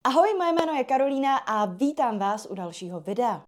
Ahoj, moje jméno je Karolína a vítám vás u dalšího videa.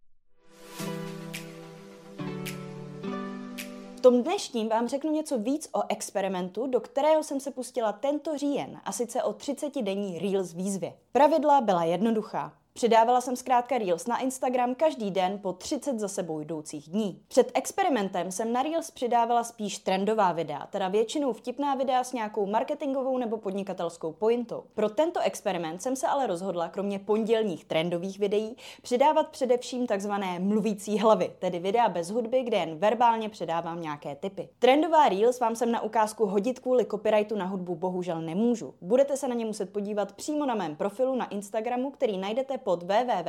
V tom dnešním vám řeknu něco víc o experimentu, do kterého jsem se pustila tento říjen, a sice o 30denní Reels výzvě. Pravidla byla jednoduchá. Přidávala jsem zkrátka Reels na Instagram každý den po 30 za sebou jdoucích dní. Před experimentem jsem na Reels přidávala spíš trendová videa, teda většinou vtipná videa s nějakou marketingovou nebo podnikatelskou pointou. Pro tento experiment jsem se ale rozhodla, kromě pondělních trendových videí, přidávat především takzvané mluvící hlavy, tedy videa bez hudby, kde jen verbálně předávám nějaké tipy. Trendová Reels vám sem na ukázku hodit kvůli copyrightu na hudbu bohužel nemůžu. Budete se na ně muset podívat přímo na mém profilu na Instagramu, který najdete pod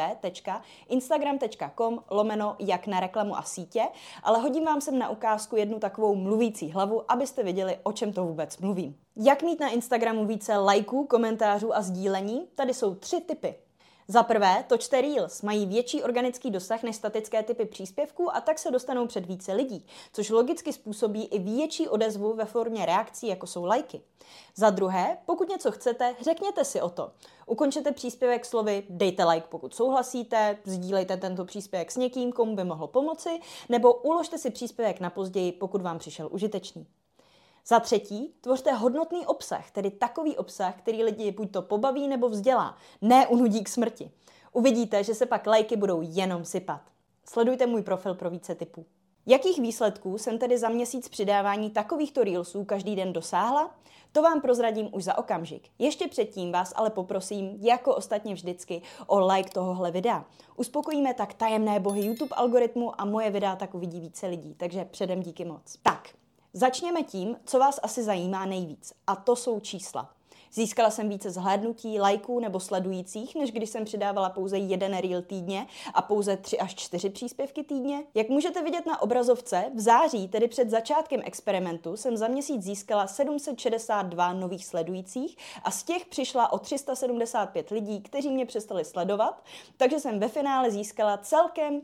www.instagram.com/jak na reklamu a sítě, ale hodím vám sem na ukázku jednu takovou mluvící hlavu, abyste viděli, o čem to vůbec mluvím. Jak mít na Instagramu více lajků, komentářů a sdílení? Tady jsou 3 tipy. Za prvé, točte Reels, mají větší organický dosah než statické typy příspěvků a tak se dostanou před více lidí, což logicky způsobí i větší odezvu ve formě reakcí, jako jsou lajky. Za druhé, pokud něco chcete, řekněte si o to. Ukončete příspěvek slovy dejte like, pokud souhlasíte, sdílejte tento příspěvek s někým, komu by mohl pomoci, nebo uložte si příspěvek na později, pokud vám přišel užitečný. Za třetí, tvořte hodnotný obsah, tedy takový obsah, který lidi buď to pobaví nebo vzdělá, ne unudí k smrti. Uvidíte, že se pak lajky budou jenom sypat. Sledujte můj profil pro více tipů. Jakých výsledků jsem tedy za měsíc přidávání takovýchto Reelsů každý den dosáhla? To vám prozradím už za okamžik. Ještě předtím vás ale poprosím, jako ostatně vždycky, o like tohohle videa. Uspokojíme tak tajemné bohy YouTube algoritmu a moje videa tak uvidí více lidí, takže předem díky moc. Tak, začněme tím, co vás asi zajímá nejvíc, a to jsou čísla. Získala jsem více zhlédnutí, lajků nebo sledujících, než když jsem přidávala pouze jeden reel týdně a pouze 3 až 4 příspěvky týdně. Jak můžete vidět na obrazovce, v září, tedy před začátkem experimentu, jsem za měsíc získala 762 nových sledujících a z těch přišla o 375 lidí, kteří mě přestali sledovat, takže jsem ve finále získala celkem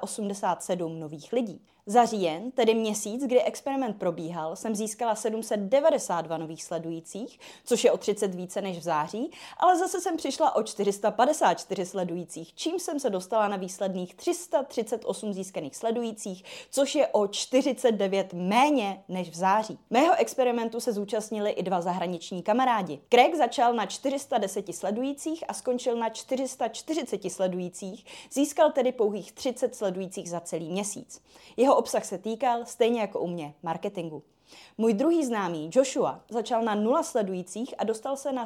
387 nových lidí. Za říjen, tedy měsíc, kdy experiment probíhal, jsem získala 792 nových sledujících, což je o 30 více než v září, ale zase jsem přišla o 454 sledujících, čím jsem se dostala na výsledných 338 získaných sledujících, což je o 49 méně než v září. Mého experimentu se zúčastnili i 2 zahraniční kamarádi. Craig začal na 410 sledujících a skončil na 440 sledujících, získal tedy pouhých 30 sledujících za celý měsíc. Jeho obsah se týkal, stejně jako u mě, marketingu. Můj druhý známý, Joshua, začal na 0 sledujících a dostal se na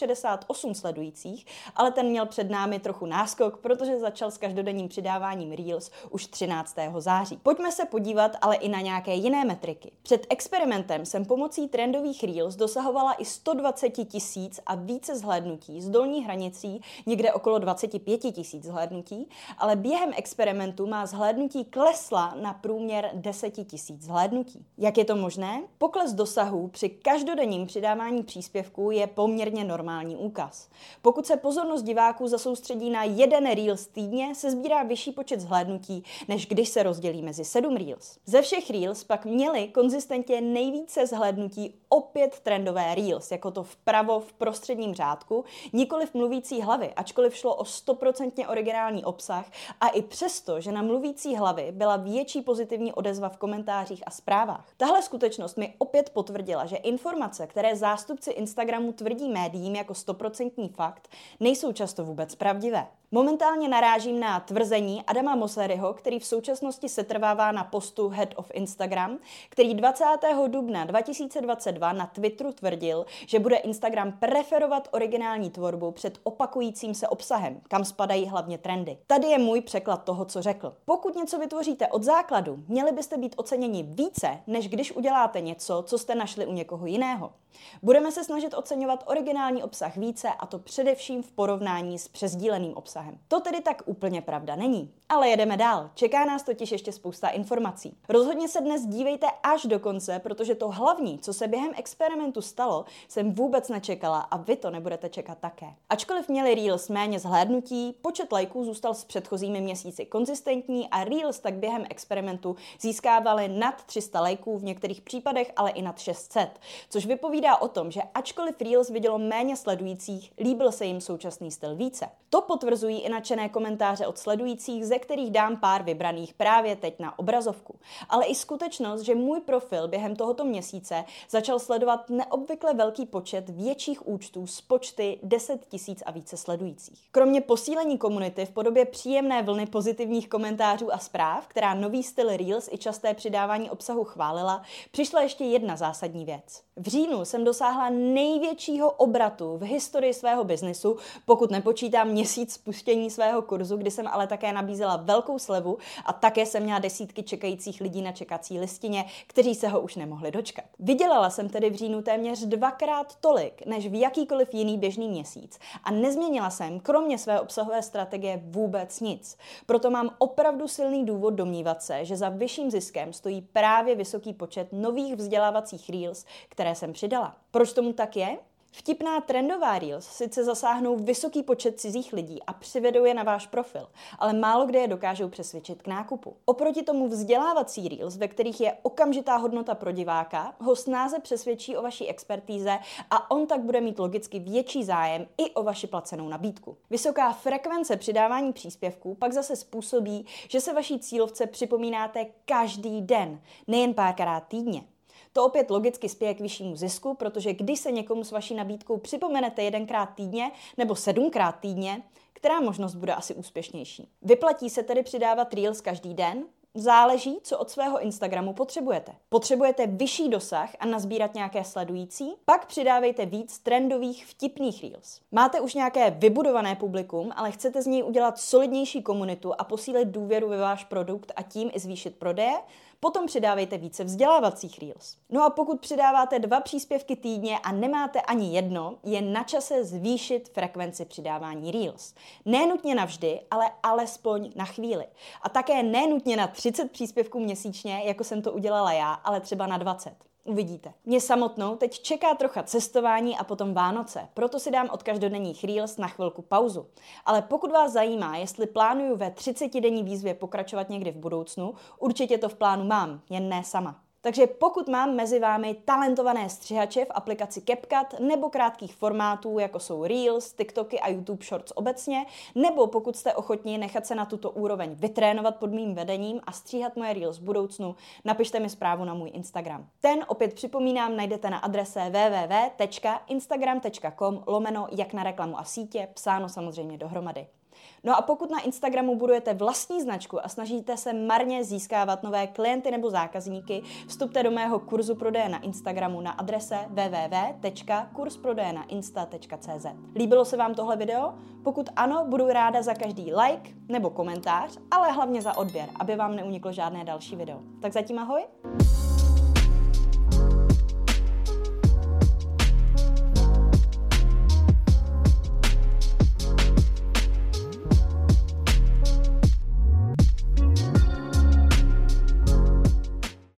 168 sledujících, ale ten měl před námi trochu náskok, protože začal s každodenním přidáváním Reels už 13. září. Pojďme se podívat ale i na nějaké jiné metriky. Před experimentem jsem pomocí trendových Reels dosahovala i 120 000 a více zhlédnutí s dolní hranicí někde okolo 25 000 zhlédnutí, ale během experimentu má zhlédnutí klesla na průměr 10 000 zhlédnutí. Jak je to možné? Pokles dosahů při každodenním přidávání příspěvků je poměrně normální úkaz. Pokud se pozornost diváků zasoustředí na jeden Reels týdně, se sbírá vyšší počet zhlédnutí, než když se rozdělí mezi 7 Reels. Ze všech Reels pak měly konzistentně nejvíce zhlédnutí opět trendové Reels, jako to vpravo v prostředním řádku, nikoliv mluvící hlavy, ačkoliv šlo o 100% originální obsah a i přesto, že na mluvící hlavy byla větší pozitivní odezva v komentářích a zprávách. Tahle skutečnost mi opět potvrdila, že informace, které zástupci Instagramu tvrdí médiím jako 100% fakt, nejsou často vůbec pravdivé. Momentálně narážím na tvrzení Adama Mosseriho, který v současnosti setrvává na postu Head of Instagram, který 20. dubna 2022 na Twitteru tvrdil, že bude Instagram preferovat originální tvorbu před opakujícím se obsahem, kam spadají hlavně trendy. Tady je můj překlad toho, co řekl. Pokud něco vytvoříte od základu, měli byste být oceněni více, než když uděláte něco, co jste našli u někoho jiného. Budeme se snažit oceňovat originální obsah více, a to především v porovnání s přesdíleným obsahem. To tedy tak úplně pravda není. Ale jedeme dál. Čeká nás totiž ještě spousta informací. Rozhodně se dnes dívejte až do konce, protože to hlavní, co se během experimentu stalo, jsem vůbec nečekala a vy to nebudete čekat také. Ačkoliv měli Reels méně zhlédnutí, počet lajků zůstal s předchozími měsíci konzistentní a Reels tak během experimentu získávaly nad 300 lajků, v některých případech případech ale i nad 600, což vypovídá o tom, že ačkoliv Reels vidělo méně sledujících, líbil se jim současný styl více. To potvrzují i nadšené komentáře od sledujících, ze kterých dám pár vybraných právě teď na obrazovku. Ale i skutečnost, že můj profil během tohoto měsíce začal sledovat neobvykle velký počet větších účtů s počty 10 000 a více sledujících. Kromě posílení komunity v podobě příjemné vlny pozitivních komentářů a zpráv, která nový styl Reels i časté přidávání obsahu chválila, přišla ještě jedna zásadní věc. V říjnu jsem dosáhla největšího obratu v historii svého biznesu, pokud nepočítám měsíc spuštění svého kurzu, kdy jsem ale také nabízela velkou slevu a také jsem měla desítky čekajících lidí na čekací listině, kteří se ho už nemohli dočkat. Vydělala jsem tedy v říjnu téměř 2x tolik, než v jakýkoliv jiný běžný měsíc a nezměnila jsem, kromě své obsahové strategie, vůbec nic. Proto mám opravdu silný důvod domnívat se, že za vyšším ziskem stojí právě vysoký počet nových vzdělávacích Reels, které jsem přidala. Proč tomu tak je? Vtipná trendová Reels sice zasáhnou vysoký počet cizích lidí a přivedou je na váš profil, ale málo kde je dokážou přesvědčit k nákupu. Oproti tomu vzdělávací Reels, ve kterých je okamžitá hodnota pro diváka, ho snáze přesvědčí o vaší expertíze a on tak bude mít logicky větší zájem i o vaši placenou nabídku. Vysoká frekvence přidávání příspěvků pak zase způsobí, že se vaší cílovce připomínáte každý den, nejen párkrát týdně. To opět logicky spěje k vyššímu zisku, protože když se někomu s vaší nabídkou připomenete 1x týdně nebo 7x týdně, která možnost bude asi úspěšnější? Vyplatí se tedy přidávat Reels každý den? Záleží, co od svého Instagramu potřebujete. Potřebujete vyšší dosah a nazbírat nějaké sledující? Pak přidávejte víc trendových vtipných Reels. Máte už nějaké vybudované publikum, ale chcete z něj udělat solidnější komunitu a posílit důvěru ve váš produkt a tím i zvýšit prodeje? Potom přidávejte více vzdělávacích Reels. No a pokud přidáváte 2 příspěvky týdně a nemáte ani jedno, je na čase zvýšit frekvenci přidávání Reels. Ne nutně navždy, ale alespoň na chvíli. A také ne nutně na 30 příspěvků měsíčně, jako jsem to udělala já, ale třeba na 20. Uvidíte. Mě samotnou teď čeká trocha cestování a potom Vánoce, proto si dám od každodenních Reels na chvilku pauzu. Ale pokud vás zajímá, jestli plánuju ve 30denní výzvě pokračovat někdy v budoucnu, určitě to v plánu mám, jen ne sama. Takže pokud mám mezi vámi talentované střihače v aplikaci CapCut nebo krátkých formátů, jako jsou Reels, TikToky a YouTube Shorts obecně, nebo pokud jste ochotní nechat se na tuto úroveň vytrénovat pod mým vedením a stříhat moje Reels v budoucnu, napište mi zprávu na můj Instagram. Ten, opět připomínám, najdete na adrese www.instagram.com/jak-na-reklamu-a-sítě, psáno samozřejmě dohromady. No a pokud na Instagramu budujete vlastní značku a snažíte se marně získávat nové klienty nebo zákazníky, vstupte do mého kurzu prodeje na Instagramu na adrese www.kursprodejnainsta.cz. Líbilo se vám tohle video? Pokud ano, budu ráda za každý like nebo komentář, ale hlavně za odběr, aby vám neuniklo žádné další video. Tak zatím ahoj!